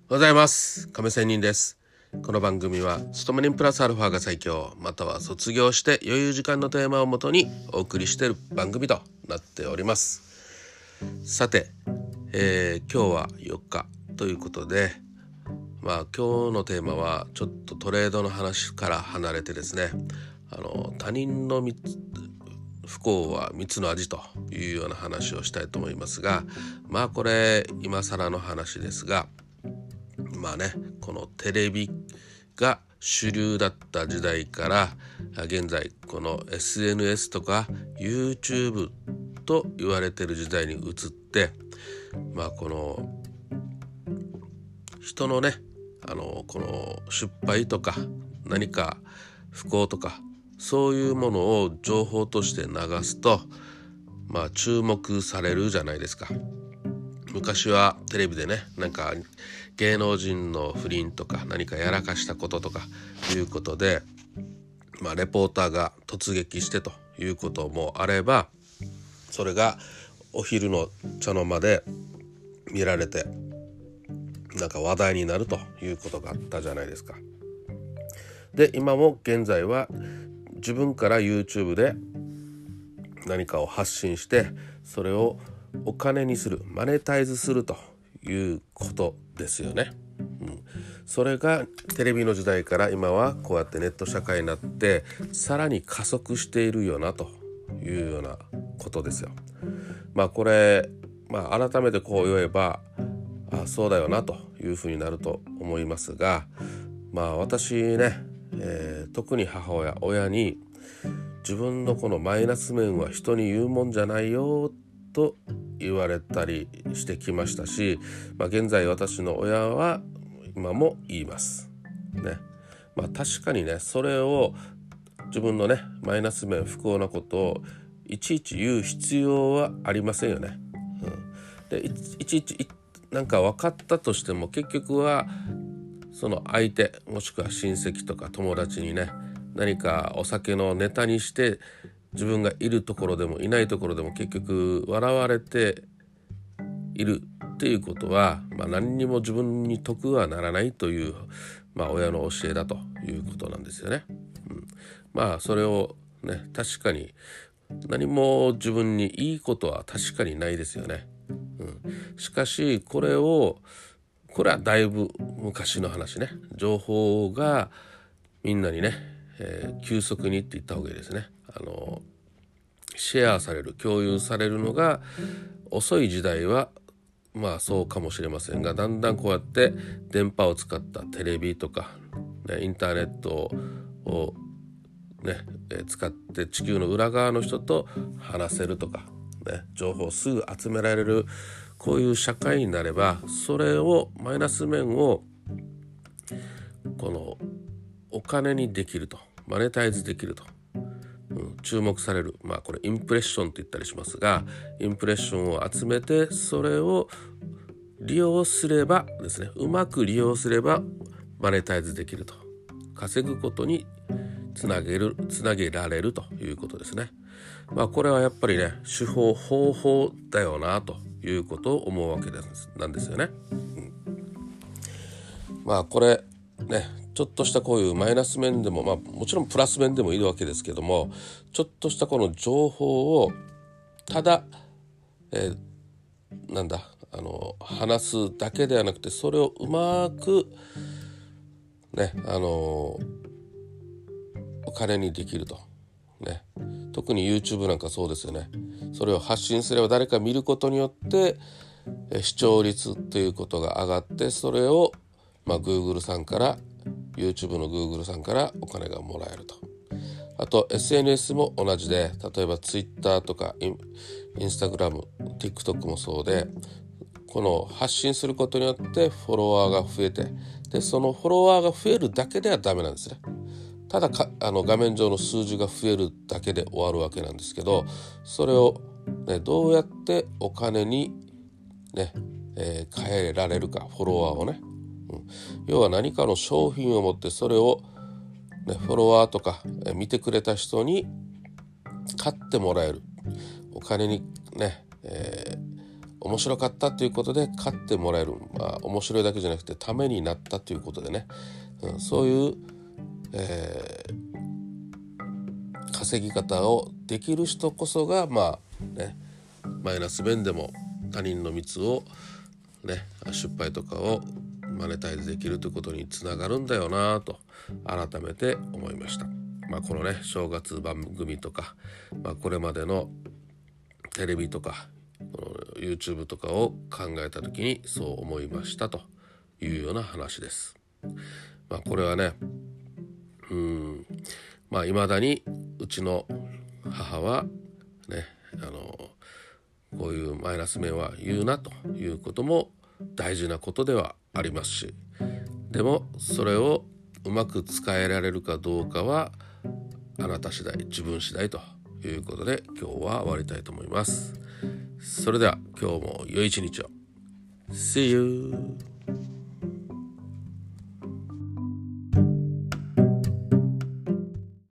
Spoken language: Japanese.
おはようございます。亀仙人です。この番組は勤め人プラスアルファが最強、または卒業して余裕時間のテーマをもとにお送りしている番組となっております。さて、今日は4日ということで、今日のテーマはちょっとトレードの話から離れてですね、他人の不幸は蜜の味というような話をしたいと思いますが、これ今更の話ですが、このテレビが主流だった時代から現在この SNS とか YouTube と言われている時代に移って、この人のねこの失敗とか何か不幸とかそういうものを情報として流すと注目されるじゃないですか。昔はテレビでね、芸能人の不倫とか何かやらかしたこととかいうことで、レポーターが突撃してということもあれば、それがお昼の茶の間で見られて話題になるということがあったじゃないですか。で、今も現在は自分から YouTube で何かを発信してそれをお金にする、マネタイズするということですよね。それがテレビの時代から今はこうやってネット社会になってさらに加速しているよなというようなことですよ。これ、改めてこう言えばそうだよなというふうになると思いますが、私ね、特に親に自分のこのマイナス面は人に言うもんじゃないよと言われたりしてきましたし、現在私の親は今も言いますね。確かにね、それを自分のねマイナス面、不幸なことをいちいち言う必要はありませんよね。で いちいち分かったとしても結局はその相手もしくは親戚とか友達にね、何かお酒のネタにして自分がいるところでもいないところでも結局笑われているっていうことは、何にも自分に得はならないという、親の教えだということなんですよね。それをね、確かに何も自分にいいことは確かにないですよね。しかしこれはだいぶ昔の話ね。情報がみんなにね、急速にって言った方がいいですね。シェアされる、共有されるのが遅い時代はそうかもしれませんが、だんだんこうやって電波を使ったテレビとか、インターネットを使って地球の裏側の人と話せるとか、情報をすぐ集められる、こういう社会になれば、それをマイナス面をこのお金にできると、マネタイズできると、注目される、これインプレッションと言ったりしますが、インプレッションを集めてそれを利用すればですね、うまく利用すればマネタイズできると、稼ぐことにつなげられるということですね。これはやっぱりね、方法だよなということを思うわけなんですよね。これね、ちょっとしたこういうマイナス面でも、もちろんプラス面でもいいわけですけども、ちょっとしたこの情報をただ、話すだけではなくて、それをうまくね、お金にできるとね。特に YouTube なんかそうですよね。それを発信すれば誰か見ることによって視聴率ということが上がって、それをGoogle さんから YouTube の Google さんからお金がもらえると。あと SNS も同じで、例えば Twitter とかInstagram、TikTok もそうで、この発信することによってフォロワーが増えて、でそのフォロワーが増えるだけではダメなんですね。ただ画面上の数字が増えるだけで終わるわけなんですけど、それを、どうやってお金に、変えられるか、フォロワーをね、要は何かの商品を持ってそれを、フォロワーとか、見てくれた人に買ってもらえる、お金にね、 面白かったということで買ってもらえる、面白いだけじゃなくてためになったということでね、そういう、稼ぎ方をできる人こそがマイナス面でも他人の蜜を失敗とかをマネタイズできるということにつながるんだよなと改めて思いました。この正月番組とか、これまでのテレビとかYouTube とかを考えた時にそう思いましたというような話です。これはね、未だにうちの母はこういうマイナス面は言うなということも大事なことではありますし、でもそれをうまく使えられるかどうかはあなた次第、自分次第ということで今日は終わりたいと思います。それでは今日も良い一日を。See you!